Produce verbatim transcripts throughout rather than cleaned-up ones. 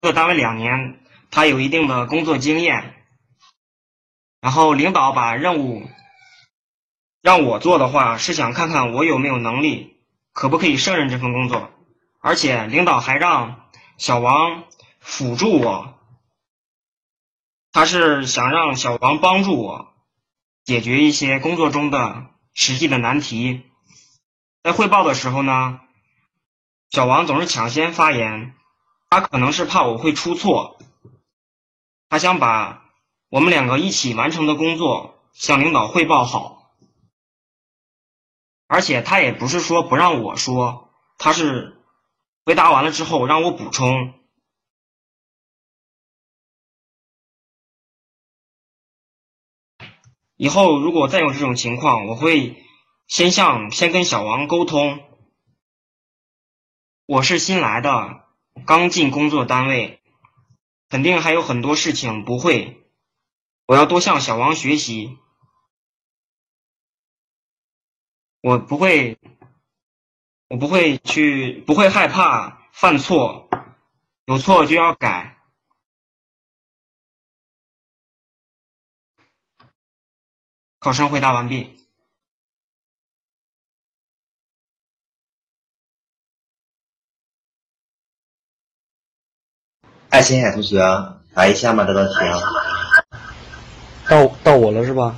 作单位两年，他有一定的工作经验。然后领导把任务让我做的话，是想看看我有没有能力，可不可以胜任这份工作。而且领导还让小王辅助我，他是想让小王帮助我解决一些工作中的实际的难题。在汇报的时候呢，小王总是抢先发言，他可能是怕我会出错，他想把我们两个一起完成的工作向领导汇报好。而且他也不是说不让我说，他是回答完了之后让我补充。以后如果再有这种情况，我会先向先跟小王沟通，我是新来的，刚进工作单位，肯定还有很多事情不会，我要多向小王学习。我不会我不会去不会害怕犯错，有错就要改。考生回答完毕。 爱琴海同学，答一下吗？这道题啊？ 到到我了是吧？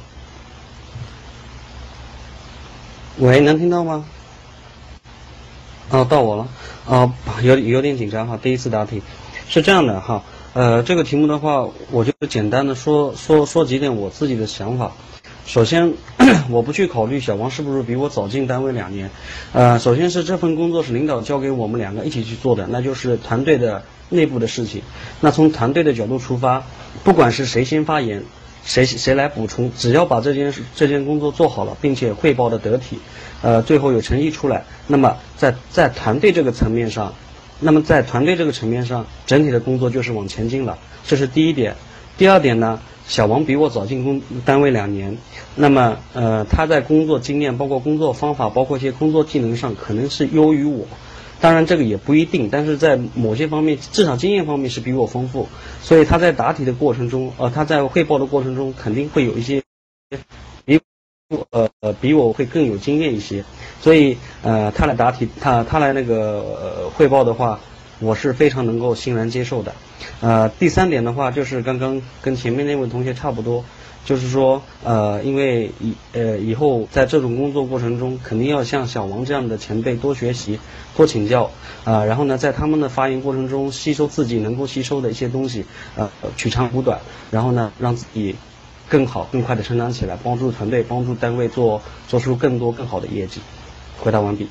喂，能听到吗？哦，到我了。啊，有有点紧张哈，第一次答题。是这样的哈，呃，这个题目的话，我就简单的说说说几点我自己的想法。首先，我不去考虑小王是不是比我早进单位两年，呃，首先是这份工作是领导交给我们两个一起去做的，那就是团队的内部的事情。那从团队的角度出发，不管是谁先发言，谁谁来补充，只要把这件事这件工作做好了，并且汇报的得体，呃，最后有成绩出来，那么在在团队这个层面上，那么在团队这个层面上，整体的工作就是往前进了，这是第一点。第二点呢，小王比我早进工单位两年，那么呃他在工作经验、包括工作方法、包括一些工作技能上可能是优于我，当然这个也不一定，但是在某些方面，至少经验方面是比我丰富，所以他在答题的过程中，呃他在汇报的过程中肯定会有一些比呃比我会更有经验一些，所以呃他来答题，他他来那个、呃、汇报的话，我是非常能够欣然接受的。呃，第三点的话，就是刚刚跟前面那位同学差不多，就是说，呃，因为以呃以后在这种工作过程中，肯定要向小王这样的前辈多学习、多请教，啊、呃，然后呢，在他们的发言过程中吸收自己能够吸收的一些东西，呃，取长补短，然后呢，让自己更好、更快的成长起来，帮助团队、帮助单位做做出更多更好的业绩。回答完毕。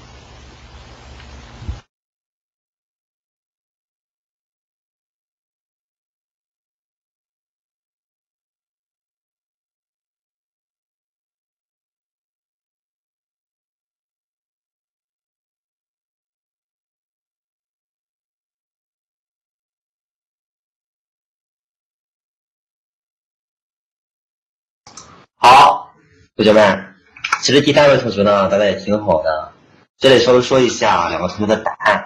好，同学们，其实第三位同学呢，答的也挺好的。这里稍微说一下两个同学的答案。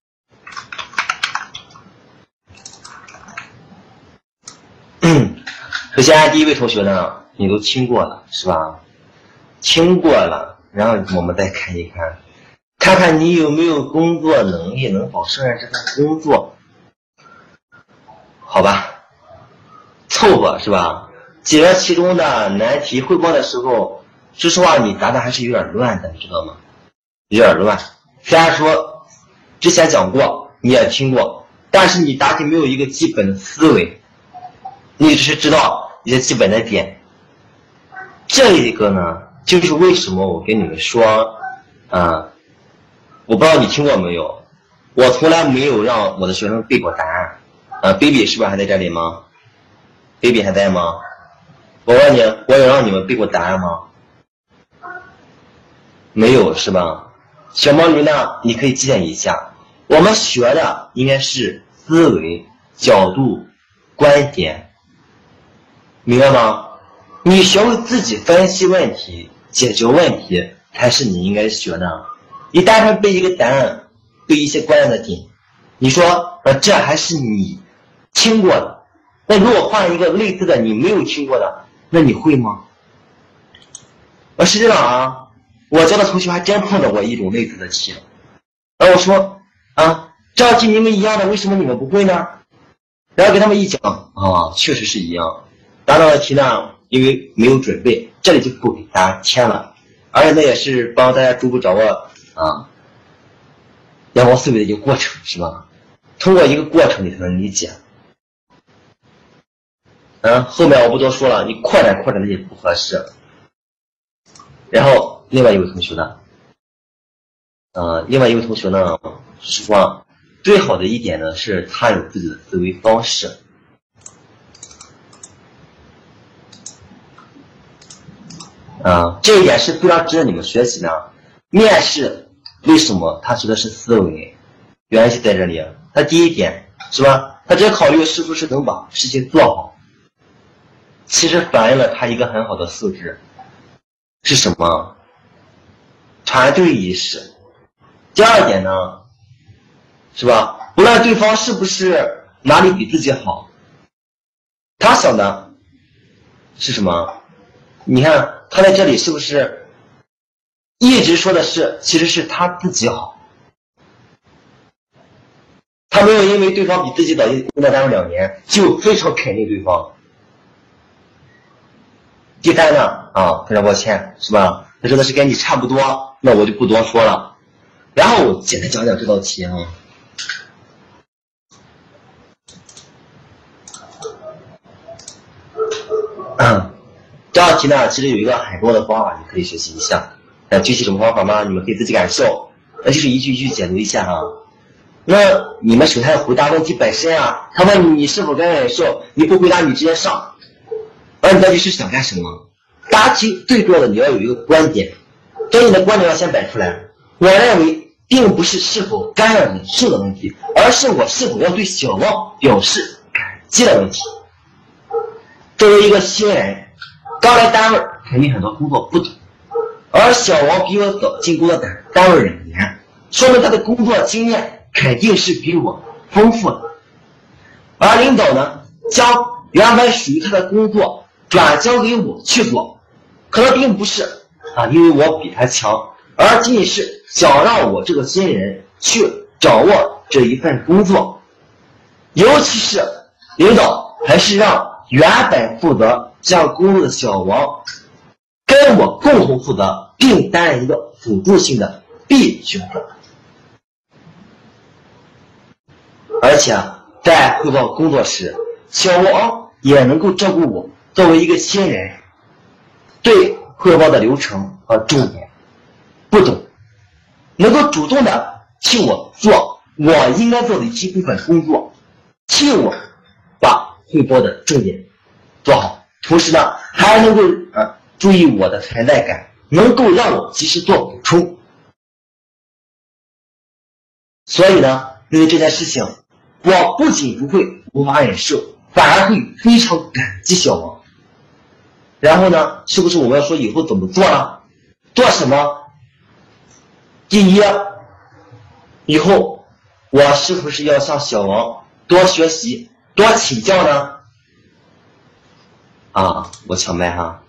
首先，第一位同学呢，你都听过了是吧？听过了，然后我们再看一看，看看你有没有工作能力，能否胜任这份工作？好吧，凑合是吧？解决其中的难题汇报的时候，说实话，你答的还是有点乱的，你知道吗？有点乱。虽然说之前讲过，你也听过，但是你答题没有一个基本的思维，你只是知道一些基本的点。这一个呢，就是为什么我跟你们说，啊，我不知道你听过没有，我从来没有让我的学生背过答案。啊 ，baby 是不是还在这里吗 ？baby 还在吗？我问你，我有让你们背过答案吗？没有是吧？小毛驴呢？你可以记得一下，我们学的应该是思维、角度、观点，明白吗？你学会自己分析问题、解决问题，才是你应该学的。你单纯背一个答案，背一些关键的点，你说呃这还是你听过的。那如果换一个类似的你没有听过的，那你会吗？而实际上啊，我教的同学还真碰到过一种类似的题。然后我说啊，这道题你们一样的，为什么你们不会呢？然后给他们一讲啊，确实是一样。答到的题呢，因为没有准备，这里就不给大家填了。而且那也是帮大家逐步掌握啊阳光思维的一个过程，是吧？通过一个过程你才能理解。嗯，后面我不多说了，你扩展扩展的也不合适。然后另外一位同学呢，呃，另外一位同学呢，是说最好的一点呢是他有自己的思维方式。啊，这一点是非常值得你们学习的。面试为什么他说的是思维？原因就在这里。他第一点是吧？他只考虑是不是能把事情做好，其实反映了他一个很好的素质，是什么？团队意识。第二点呢，是吧？不论对方是不是哪里比自己好，他想的是什么？你看他在这里是不是一直说的是其实是他自己好，他没有因为对方比自己早工作单位两年就非常肯定对方。第三呢啊，非常抱歉是吧，他说的是跟你差不多，那我就不多说了。然后我简单讲讲这道题啊。嗯，这道题呢，其实有一个很多的方法，你可以学习一下。那具体什么方法吗？你们可以自己感受。那就是一句一句解读一下啊。那你们首先回答问题本身啊，他问你是否该忍受，你不回答你直接上。而你到底是想干什么？答题最重要的你要有一个观点，将你的观点要先摆出来。我认为并不是是否该忍受的问题，而是我是否要对小王表示感激的问题。作为一个新人，刚来单位肯定很多工作不懂，而小王比我早进工作单单位两年，说明他的工作经验肯定是比我丰富的。而领导呢，将原本属于他的工作转交给我去做，可能并不是啊，因为我比他强，而仅仅是想让我这个新人去掌握这一份工作。尤其是领导还是让原本负责这项工作的小王跟我共同负责，并担任一个辅助性的 B 角色。而且在汇报工作时，小王也能够照顾我作为一个新人对汇报的流程和重点不懂，能够主动的替我做我应该做的一部分工作，替我把汇报的重点做好，同时呢还能够啊注意我的存在感，能够让我及时做补充。所以呢，对于这件事情，我不仅不会无法忍受，反而会非常感激小王。然后呢，是不是我们要说以后怎么做呢？做什么？第一，以后我是不是要向小王多学习多请教呢？啊，我抢麦哈，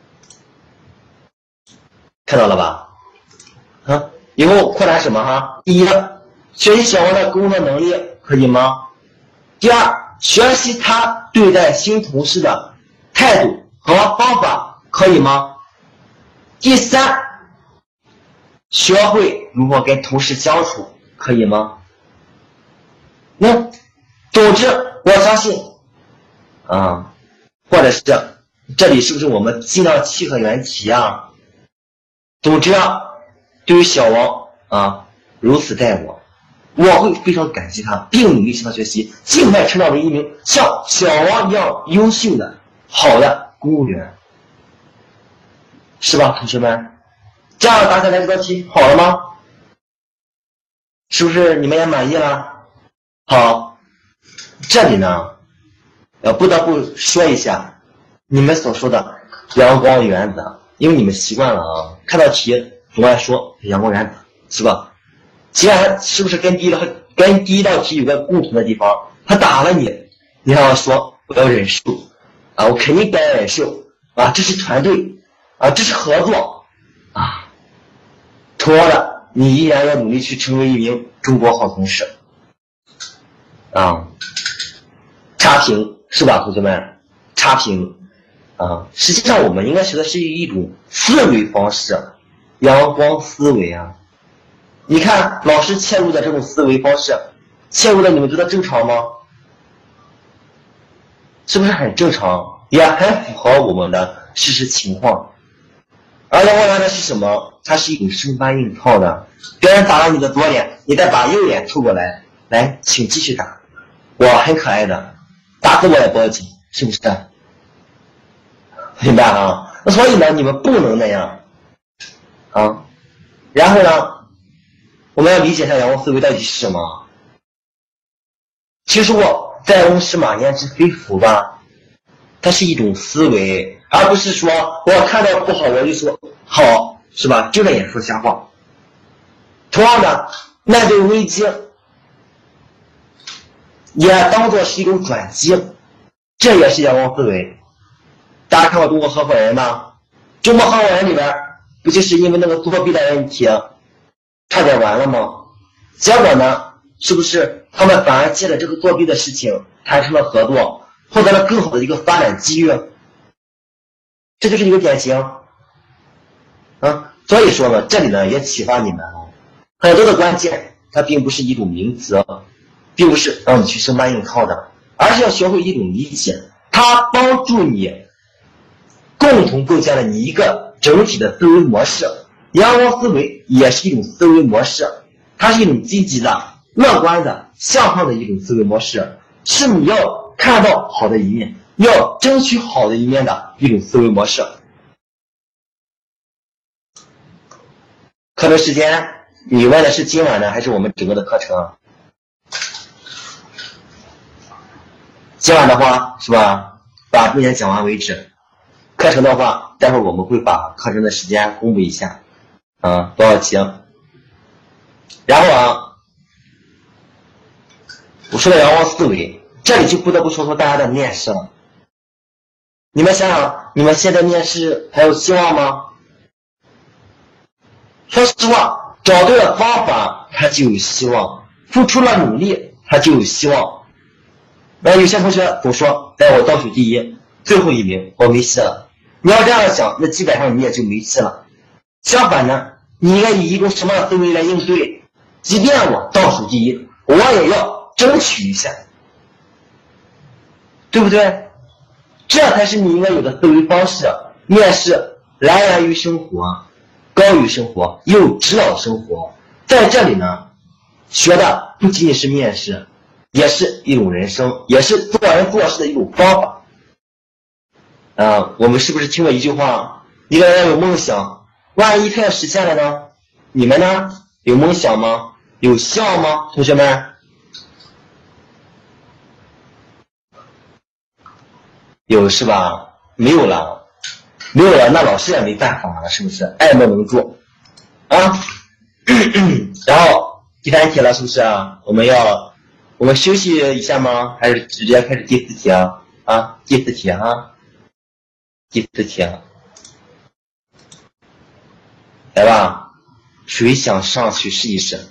看到了吧？啊，以后扩展什么哈？第一，学习小王的工作能力，可以吗？第二，学习他对待新同事的态度和方法，可以吗？第三，学会如何跟同事相处，可以吗？那总之我相信啊，或者是这里是不是我们尽量契合原题啊？总之啊，对于小王啊如此待我，我会非常感激他，并努力向他学习，尽快成长为一名像小王一样优秀的好的公务员，是吧，同学们？这样答下来这道题好了吗？是不是你们也满意了？好，这里呢，呃，不得不说一下你们所说的阳光原则，因为你们习惯了啊，看到题总爱说阳光原则，是吧？既然是不是跟第一道跟第一道题有个共同的地方，他打了你， 你让我说我要忍受啊，我肯定该忍受啊，这是团队啊，这是合作啊。同样的，你依然要努力去成为一名中国好同事啊。差评是吧，同学们？差评啊，实际上我们应该学的是一种思维方式，阳光思维啊。你看老师切入的这种思维方式，切入的你们觉得正常吗？是不是很正常，也很符合我们的事实情况？而阳光原来是什么？它是一种生搬硬套的，别人打了你的左脸，你再把右脸凑过来，来，请继续打，我很可爱的，打死我也不要紧，是不是？明白啊？那所以呢，你们不能那样啊。然后呢，我们要理解一下阳光思维到底是什么。其实我塞翁失马焉知非福吧，它是一种思维，而不是说我看到不好我就说好，是吧？这个也说瞎话。同样的，面对危机也当作是一种转机，这也是阳光思维。大家看过中国合伙人吗？中国合伙人里边不就是因为那个作弊的问题差点完了吗？结果呢，是不是他们反而借着这个作弊的事情产生了合作，获得了更好的一个发展机遇？这就是一个典型啊。所以说呢，这里呢也启发你们啊，很多的关键它并不是一种名词，并不是让你去生搬硬套的，而是要学会一种理解，它帮助你共同构建了你一个整体的思维模式。阳光思维也是一种思维模式，它是一种积极的、乐观的、向上的一种思维模式，是你要看到好的一面，要争取好的一面的一种思维模式。课程时间，你问的是今晚的还是我们整个的课程？今晚的话是吧，把重点讲完为止。课程的话，待会儿我们会把课程的时间公布一下，啊，多少题？然后啊，我说的阳光思维，这里就不得不说说大家的面试了。你们想想，你们现在面试还有希望吗？说实话，找对了方法，它就有希望；付出了努力，它就有希望。那有些同学总说，哎，我倒数第一，最后一名，我没戏了。你要这样想，那基本上你也就没戏了。相反呢，你应该以一种什么样的思维来应对？即便我倒数第一，我也要争取一下，对不对？这才是你应该有的思维方式。面试来源于生活，高于生活，又指导生活。在这里呢，学的不仅仅是面试，也是一种人生，也是做人做事的一种方法。啊，我们是不是听过一句话？一个人有梦想，万一他要实现了呢？你们呢？有梦想吗？有希望吗？同学们？有是吧？没有了，没有了，那老师也没办法了，是不是？爱莫能助啊。然后第三题了，是不是啊？我们要我们休息一下吗？还是直接开始第四题啊？啊，第四题啊。第四题，来吧，谁想上去试一试？